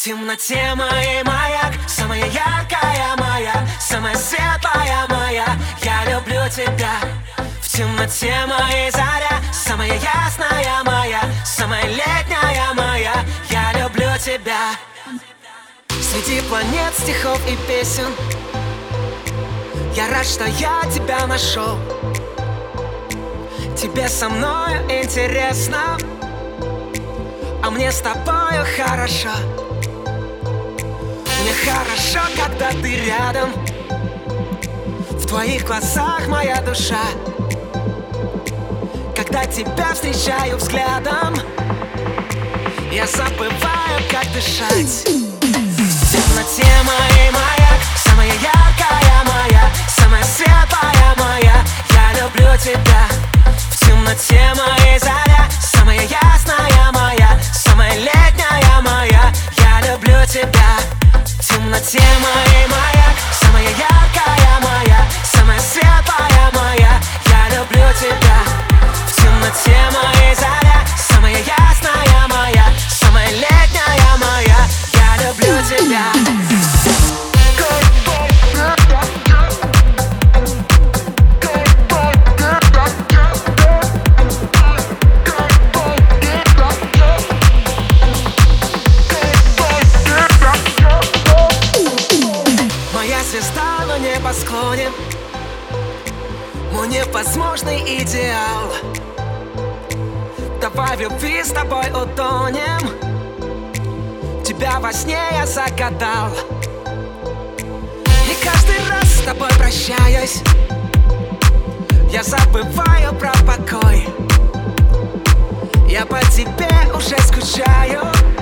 темноте моей маяк, самая яркая моя, самая светлая моя. Я люблю тебя. В темноте моей заря, самая ясная моя, самая летняя моя. Я люблю тебя. Среди планет, стихов и песен я рад, что я тебя нашел. Тебе со мною интересно, а мне с тобою хорошо. Мне хорошо, когда ты рядом. В твоих глазах моя душа. Когда тебя встречаю взглядом, я забываю, как дышать. В темноте моей маяк, самая яркая моя, самая светлая моя. Я люблю тебя. В темноте моей заря, самая ясная моя, самая летняя моя. Я люблю тебя. В темноте моей маяк, самая яркая моя, самая светлая моя. Я люблю тебя. В темноте моей заря, самая ясная моя, самая летняя моя. Я люблю тебя. Звезда на небосклоне, мой невозможный идеал. Давай в любви с тобой утонем. Тебя во сне я загадал. И каждый раз с тобой прощаюсь, я забываю про покой. Я по тебе уже скучаю.